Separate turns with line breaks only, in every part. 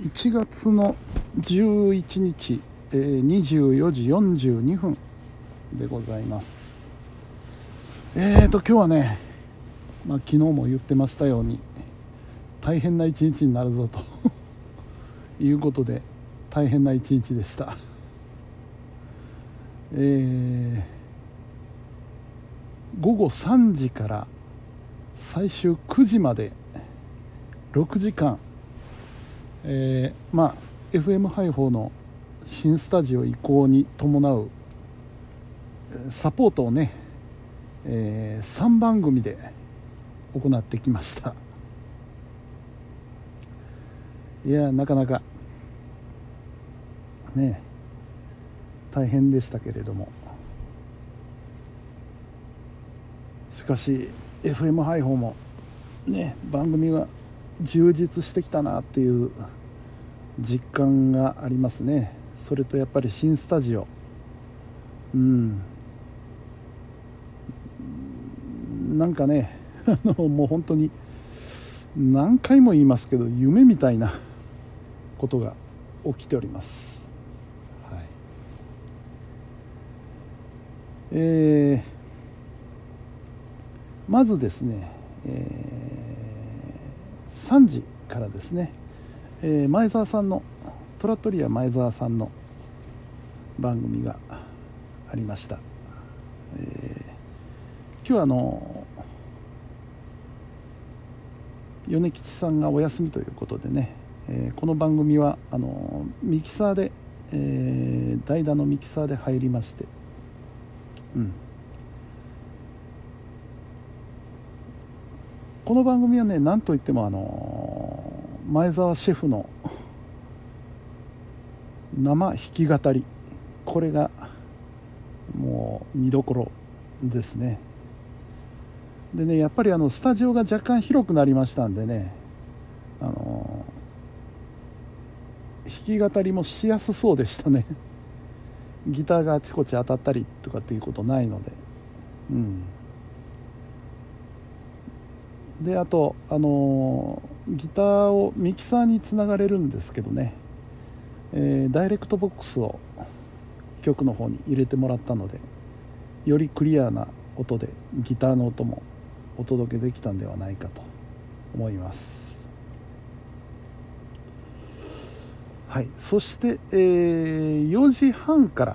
1月の11日、24時42分でございます。今日はね、昨日も言ってましたように大変な一日になるぞということで大変な一日でした。午後3時から最終9時まで6時間、FM ハイフォーの新スタジオ移行に伴うサポートをね、3番組で行ってきました。いやなかなかね大変でしたけれども、しかし FM ハイフォーもね番組が充実してきたなっていう実感がありますね。それとやっぱり新スタジオ、なんかねもう本当に何回も言いますけど夢みたいなことが起きております。まずですね、3時からですね、前澤さんのトラットリア前澤さんの番組がありました。今日は米吉さんがお休みということでね、この番組はミキサーで、代打のミキサーで入りまして、この番組はね何といっても前澤シェフの生弾き語り、これがもう見どころですね。でねやっぱりスタジオが若干広くなりましたんでね、弾き語りもしやすそうでしたね。ギターがあちこち当たったりとかっていうことないので、であとギターをミキサーにつながれるんですけどね、ダイレクトボックスを局の方に入れてもらったので、よりクリアな音でギターの音もお届けできたんではないかと思います。はい、そして、4時半から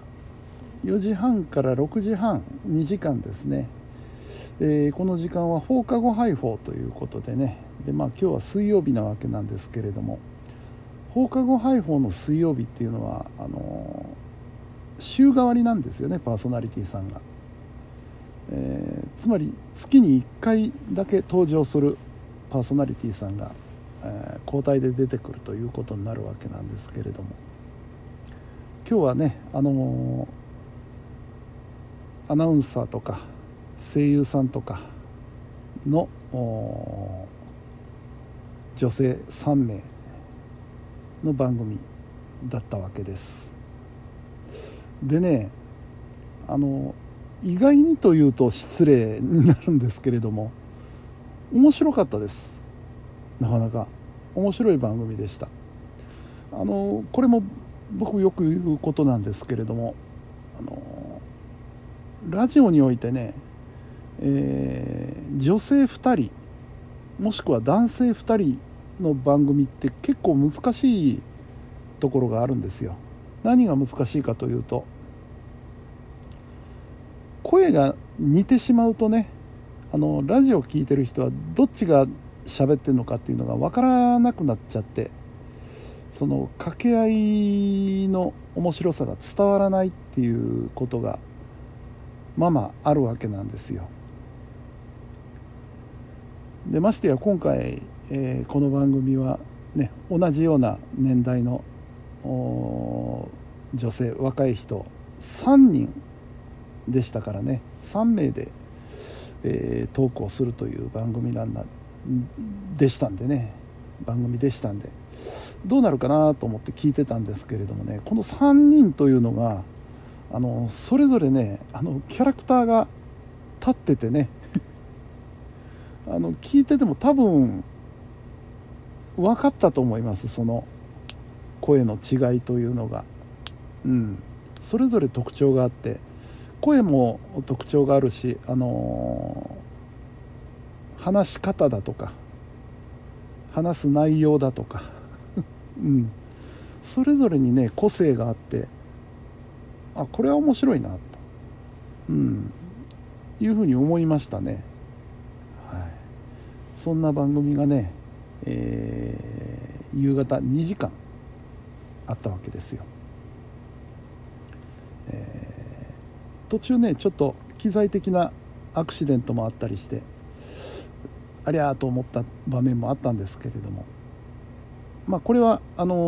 6時半2時間ですね、この時間は放課後ハイフォーということでね、で今日は水曜日なわけなんですけれども、放課後ハイフォーの水曜日っていうのは週替わりなんですよね、パーソナリティさんが。つまり月に1回だけ登場するパーソナリティさんが、交代で出てくるということになるわけなんですけれども、今日はねアナウンサーとか声優さんとかの女性3名の番組だったわけです。でね意外にというと失礼になるんですけれども面白かったです。なかなか面白い番組でした。これも僕よく言うことなんですけれども、ラジオにおいてね、女性2人もしくは男性2人の番組って結構難しいところがあるんですよ。何が難しいかというと、声が似てしまうとね、ラジオを聞いてる人はどっちが喋ってるのかっていうのが分からなくなっちゃって、その掛け合いの面白さが伝わらないっていうことがあるわけなんですよ。でましてや今回、この番組はね同じような年代の女性若い人3人でしたからね、3名で、トークをするという番組でしたんでどうなるかなと思って聞いてたんですけれどもね、この3人というのがそれぞれねキャラクターが立っててね聞いてても多分分かったと思います。その声の違いというのが、それぞれ特徴があって、声も特徴があるし、話し方だとか話す内容だとか、それぞれにね個性があって、これは面白いなと、いうふうに思いましたね。そんな番組がね、夕方2時間あったわけですよ。途中ねちょっと機材的なアクシデントもあったりして、ありゃーと思った場面もあったんですけれども、これは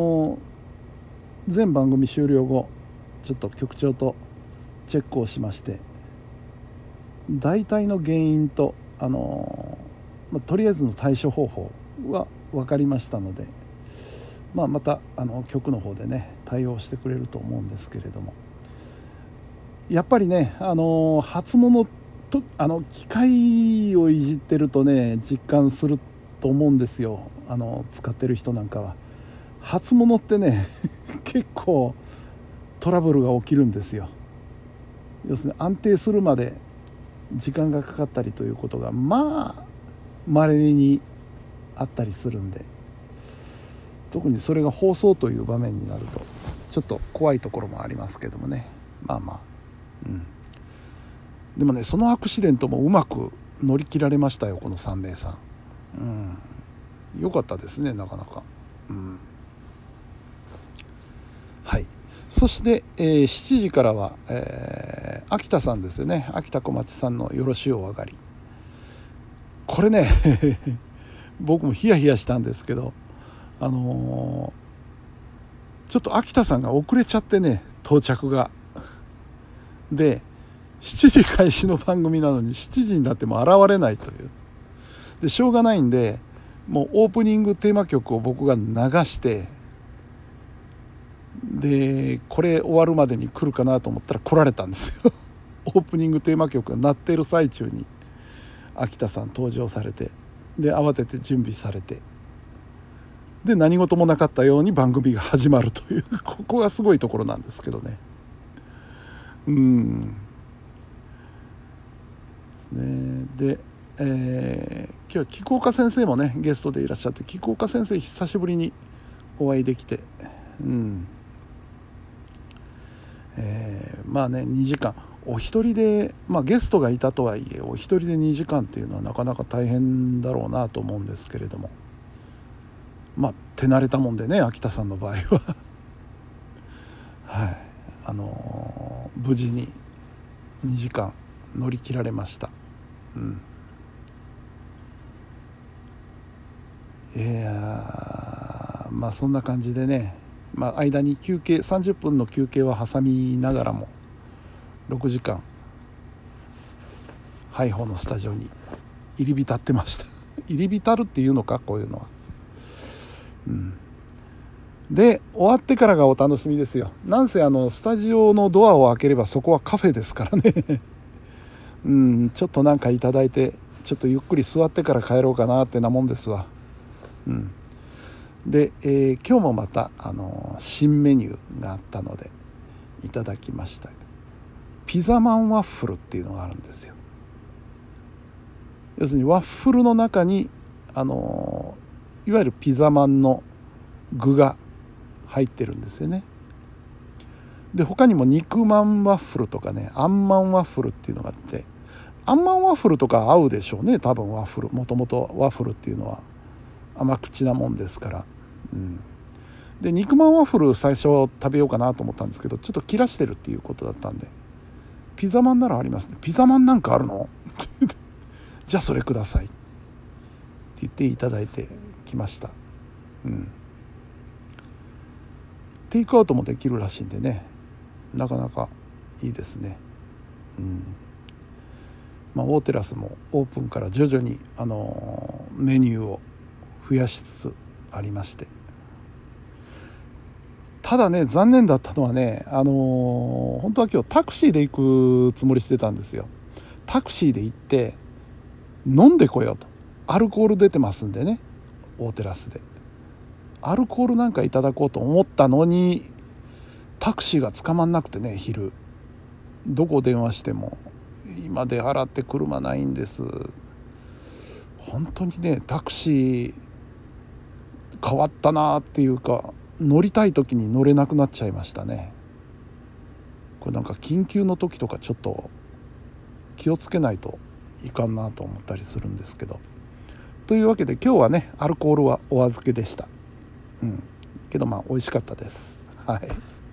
全番組終了後ちょっと局長とチェックをしまして、大体の原因ととりあえずの対処方法は分かりましたので、また局の方でね対応してくれると思うんですけれども、やっぱりね初物と機械をいじってるとね実感すると思うんですよ。使ってる人なんかは初物ってね結構トラブルが起きるんですよ。要するに安定するまで時間がかかったりということが稀にあったりするんで、特にそれが放送という場面になるとちょっと怖いところもありますけどもね。でもねそのアクシデントもうまく乗り切られましたよ、この3名さん。よかったですね、なかなか。はい。そして、7時からは、秋田さんですよね。秋田小町さんのよろしお上がり。これね僕もヒヤヒヤしたんですけど、ちょっと秋田さんが遅れちゃってね、到着が。で7時開始の番組なのに7時になっても現れないという。でしょうがないんで、もうオープニングテーマ曲を僕が流して、でこれ終わるまでに来るかなと思ったら来られたんですよオープニングテーマ曲が鳴っている最中に秋田さん登場されて、で慌てて準備されて、で何事もなかったように番組が始まるというここがすごいところなんですけどね。で、今日は菊岡先生もねゲストでいらっしゃって、菊岡先生久しぶりにお会いできて、2時間お一人で、ゲストがいたとはいえお一人で2時間っていうのはなかなか大変だろうなと思うんですけれども、手慣れたもんでね、秋田さんの場合は無事に2時間乗り切られました。いやそんな感じでね、間に休憩30分の休憩は挟みながらも6時間ハイホーのスタジオに入り浸ってました入り浸るっていうのか、こういうのは。で終わってからがお楽しみですよ。なんせスタジオのドアを開ければそこはカフェですからねちょっとなんかいただいて、ちょっとゆっくり座ってから帰ろうかなってなもんですわ。で、今日もまた新メニューがあったのでいただきました。ピザマンワッフルっていうのがあるんですよ。要するにワッフルの中にいわゆるピザマンの具が入ってるんですよね。で他にも肉まんワッフルとかね、あんまんワッフルっていうのがあって、あんまんワッフルとか合うでしょうね、多分。ワッフル、もともとワッフルっていうのは甘口なもんですから。で肉まんワッフル最初食べようかなと思ったんですけど、ちょっと切らしてるっていうことだったんで、ピザマンならありますね。ピザマンなんかあるのじゃあそれくださいって言っていただいてきました。テイクアウトもできるらしいんでね、なかなかいいですね。大テラスもオープンから徐々にメニューを増やしつつありまして、ただね残念だったのはね、本当は今日タクシーで行くつもりしてたんですよ。タクシーで行って飲んでこようと。アルコール出てますんでね、大テラスで。 アルコールなんかいただこうと思ったのにタクシーが捕まんなくてね、昼どこ電話しても今出払って車ないんです。本当にね、タクシー変わったなっていうか、乗りたい時に乗れなくなっちゃいましたね。これなんか緊急の時とかちょっと気をつけないといかんなと思ったりするんですけど、というわけで今日はねアルコールはお預けでした。けどまあ美味しかったです。はい。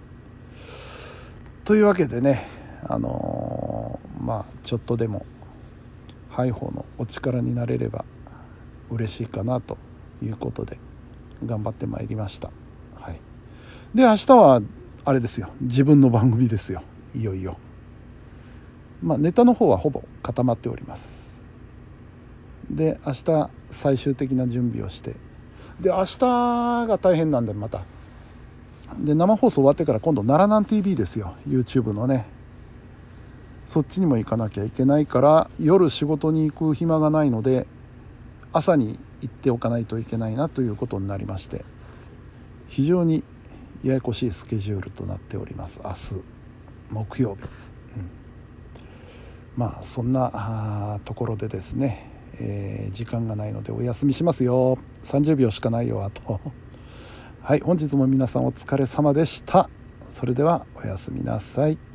というわけでね、まあちょっとでもハイホーのお力になれれば嬉しいかなということで頑張ってまいりました。はい。で明日はあれですよ、自分の番組ですよ。いよいよ。まあネタの方はほぼ固まっております。で明日最終的な準備をして、で明日が大変なんで、またで生放送終わってから今度奈良南 TV ですよ、 YouTube のね。そっちにも行かなきゃいけないから、夜仕事に行く暇がないので朝に行っておかないといけないなということになりまして、非常にややこしいスケジュールとなっております。明日木曜日、まあそんなところでですね、時間がないのでお休みしますよ。30秒しかないよ、あとはい、本日も皆さんお疲れ様でした。それではおやすみなさい。